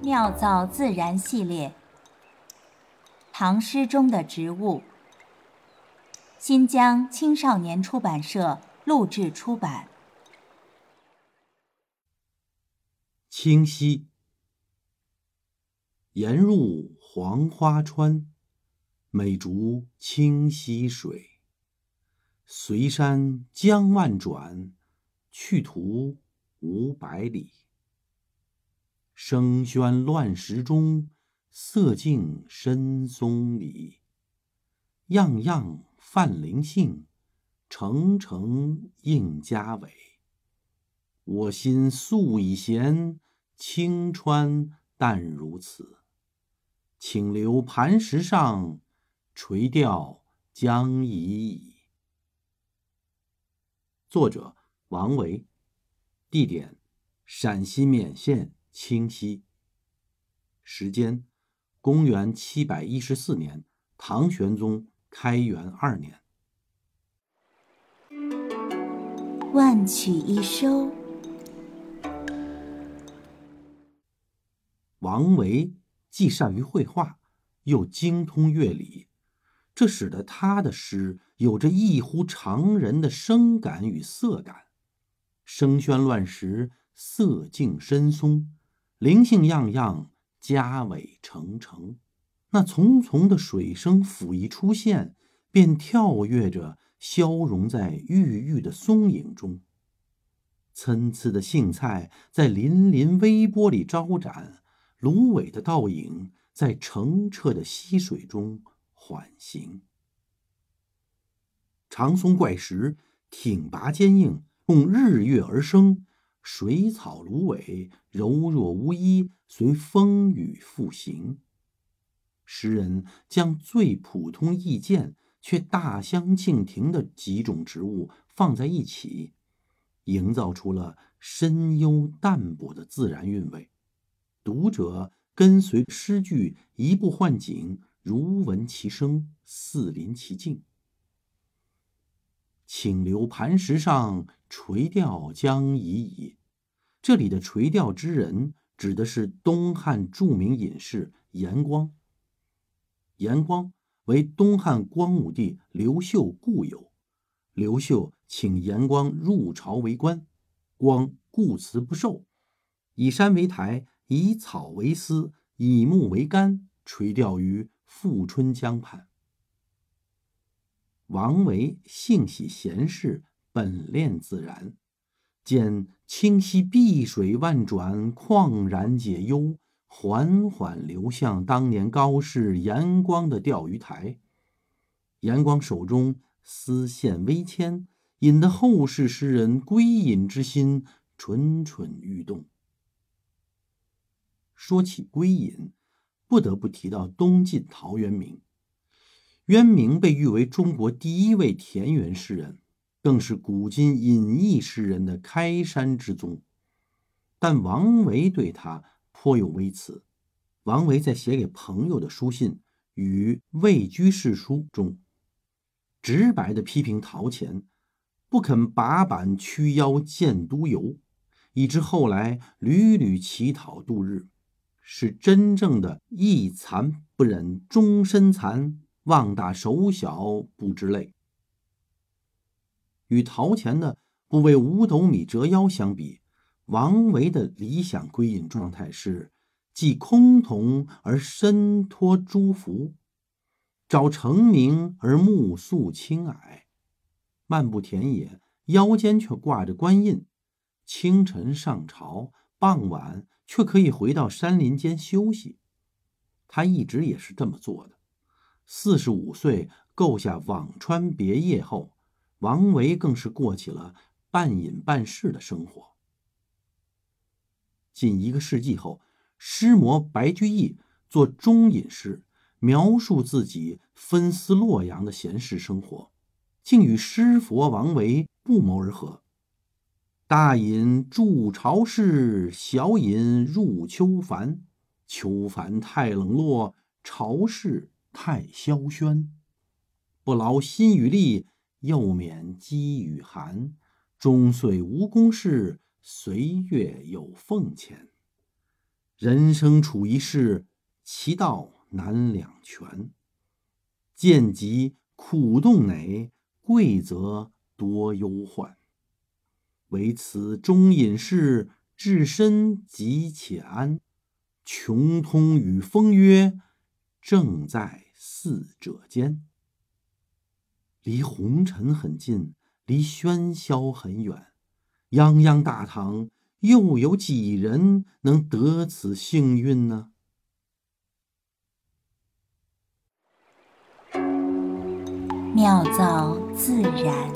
妙造自然系列，唐诗中的植物，新疆青少年出版社录制出版。 清溪，沿入黄花川，美逐清溪水。随山江万转，去途500里。声喧乱石中，色静深松里。样样泛灵性，澄澄映家伟。我心素已闲，清川淡如此。请留磐石上，垂钓将已矣。作者王维，地点陕西勉县清溪，时间公元714年，唐玄宗开元2年。 万曲一收。 王维既善于绘画，又精通乐理，这使得他的诗有着异乎常人的声感与色感。声喧乱石，色静深松，灵性样样，家伟澄澄。那淙淙的水声甫一出现，便跳跃着消融在郁郁的松影中。参差的荇菜在粼粼微波里招展，芦苇的倒影在澄澈的溪水中缓行。长松怪石挺拔坚硬，供日月而生，水草芦苇柔若无衣，随风雨复行。诗人将最普通易见却大相径庭的几种植物放在一起，营造出了深幽淡泊的自然韵味。读者跟随诗句一步换景，如闻其声，似临其境。请留磐石上，垂钓将已矣。这里的垂钓之人指的是东汉著名隐士严光。严光为东汉光武帝刘秀故友，刘秀请严光入朝为官，光固辞不受，以山为台，以草为丝，以木为竿，垂钓于富春江畔。王维性喜闲适，本恋自然，见清溪碧水万转，旷然解忧，缓缓流向当年高士严光的钓鱼台。严光手中丝线微牵，引得后世诗人归隐之心蠢蠢欲动。说起归隐，不得不提到东晋陶渊明。渊明被誉为中国第一位田园诗人，更是古今隐逸诗人的开山之宗。但王维对他颇有微词。王维在写给朋友的书信《与魏居士书》中，直白地批评陶潜不肯把板屈腰见都游，以致后来屡屡乞讨度日，是真正的一残不忍终身残，望大手小不知累。与陶潜的不为五斗米折腰相比，王维的理想归隐状态是既空洞而身托诸福，找成名而目宿青霭，漫步田野，腰间却挂着官印，清晨上朝，傍晚却可以回到山林间休息。他一直也是这么做的。45岁购下辋川别业后，王维更是过起了半隐半仕的生活。近1个世纪后，诗魔白居易作中隐诗，描述自己分司洛阳的闲适生活，竟与诗佛王维不谋而合。大隐住巢室，小隐入秋樊。秋樊太冷落，巢室太萧轩。不劳心与力，又免饥与寒。终岁无公事，岁月有俸钱。 人生处一世，其道难两全。见疾苦动馁，贵则多忧患。唯此中隐士，至身极且安。穷通与风约，正在四者间。离红尘很近，离喧嚣很远。泱泱大唐，又有几人能得此幸运呢？ 妙造自然。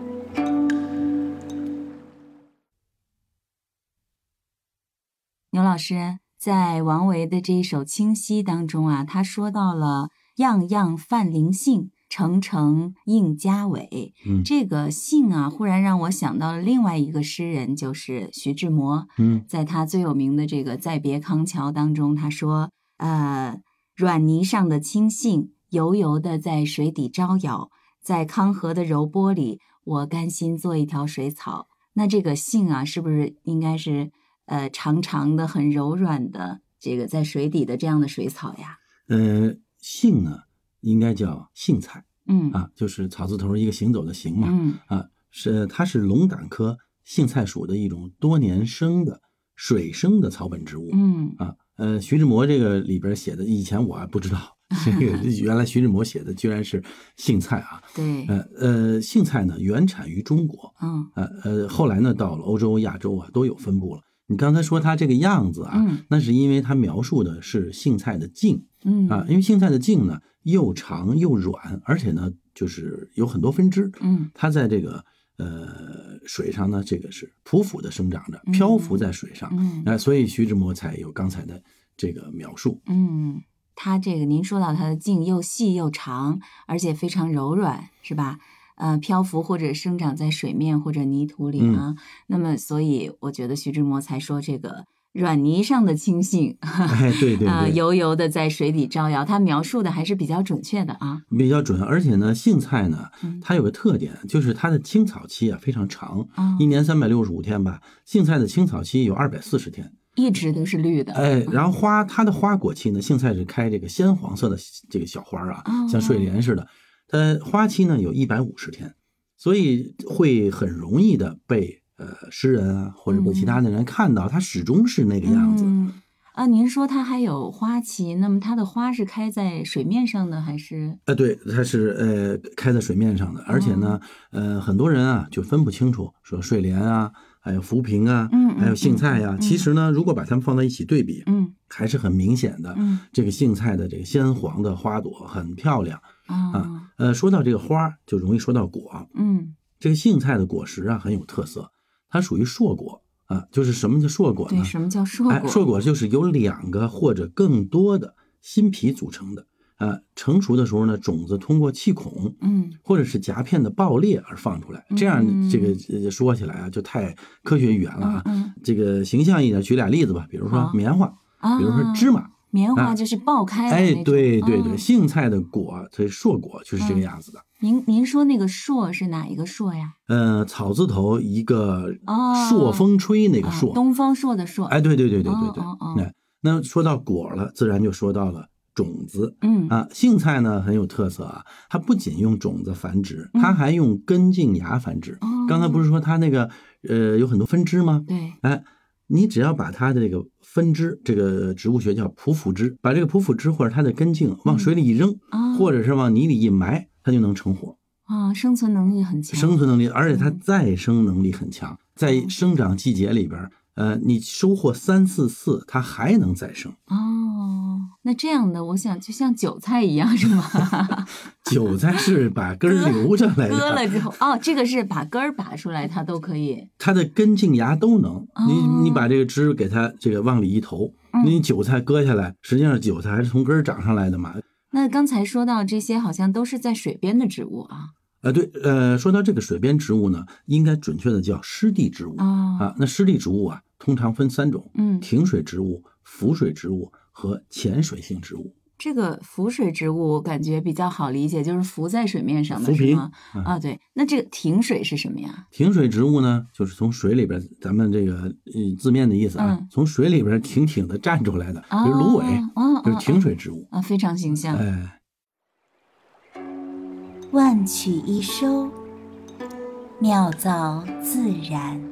牛老师在王维的这一首《清溪》当中啊，他说到了样样泛灵性，程程应家伟。这个性啊，忽然让我想到了另外一个诗人，就是徐志摩。在他最有名的这个《再别康桥》当中，他说软泥上的青荇，油油的在水底招摇，在康河的柔波里，我甘心做一条水草。那这个荇啊，是不是应该是长长的很柔软的这个在水底的这样的水草呀？ 荇呢应该叫荇菜。就是草字头一个行走的行嘛。它是龙胆科荇菜属的一种多年生的水生的草本植物。徐志摩这个里边写的，以前我还不知道，这个原来徐志摩写的居然是荇菜啊。 对。 荇菜呢原产于中国。后来呢到了欧洲、亚洲啊都有分布了。你刚才说它这个样子啊，那是因为它描述的是荇菜的茎。因为荇菜的茎呢又长又软，而且呢就是有很多分支。它在这个水上呢，这个是匍匐的生长着，漂浮在水上。所以徐志摩才有刚才的这个描述。 它这个您说到它的茎又细又长，而且非常柔软，是吧？漂浮或者生长在水面或者泥土里啊。那么所以我觉得徐志摩才说这个软泥上的青荇。 对对对。 油油的在水底招摇，他描述的还是比较准确的啊。 比较准，而且呢荇菜呢它有个特点，就是它的青草期啊非常长。一年365天吧，荇菜的青草期有240天， 一直都是绿的。 然后它的花果期呢，荇菜是开这个鲜黄色的这个小花啊，像睡莲似的。它花期呢有150天，所以会很容易的被诗人啊或者被其他的人看到，它始终是那个样子。 您说它还有花期，那么它的花是开在水面上的还是？ 对，它是开在水面上的，而且呢，很多人啊就分不清楚，说睡莲啊，还有浮萍啊，还有荇菜呀。其实呢，如果把它们放在一起对比，还是很明显的。这个荇菜的这个鲜黄的花朵很漂亮。说到这个花，就容易说到果。这个荇菜的果实啊很有特色，它属于硕果。就是什么叫硕果呢？ 对，什么叫硕果？ 硕果就是由2个或者更多的新皮组成的。成熟的时候呢，种子通过气孔，或者是夹片的爆裂而放出来。这样这个说起来啊，就太科学语言了啊。这个形象一点，举俩例子吧，比如说棉花，比如说芝麻。 棉花就是爆开的那种。 对对对，荇菜的果，所以硕果就是这个样子的。 您说那个硕是哪一个硕呀？ 草字头一个朔风吹那个朔， 东方朔的朔。 对对对对对对。那说到果了，自然就说到了种子。荇菜呢很有特色啊，它不仅用种子繁殖，它还用根茎芽繁殖。刚才不是说它那个有很多分支吗？ 对。 你只要把它的这个分支，这个植物学叫匍匐枝，把这个匍匐枝或者它的根茎往水里一扔，或者是往泥里一埋，它就能成活。 生存能力很强。 生存能力，而且它再生能力很强。在生长季节里边，你收获3、4次，它还能再生。 那这样的，我想就像韭菜一样，是吗？ 韭菜是把根儿留下来的， 割了之后，这个是把根儿拔出来，它都可以。 它的根茎芽都能。你把这个枝给它这个往里一投，你韭菜割下来，实际上韭菜还是从根儿长上来的嘛。 那刚才说到这些，好像都是在水边的植物啊。 对，说到这个水边植物呢，应该准确的叫湿地植物。那湿地植物啊，通常分3种，停水植物、浮水植物和潜水性植物。 这个浮水植物感觉比较好理解，就是浮在水面上的， 浮萍是吗？啊，对。那这个挺水是什么呀？ 挺水植物呢，就是从水里边，咱们这个字面的意思啊，从水里边挺挺的站出来的，比如芦苇，就是挺水植物啊，非常形象。 哎， 万曲一收，妙造自然。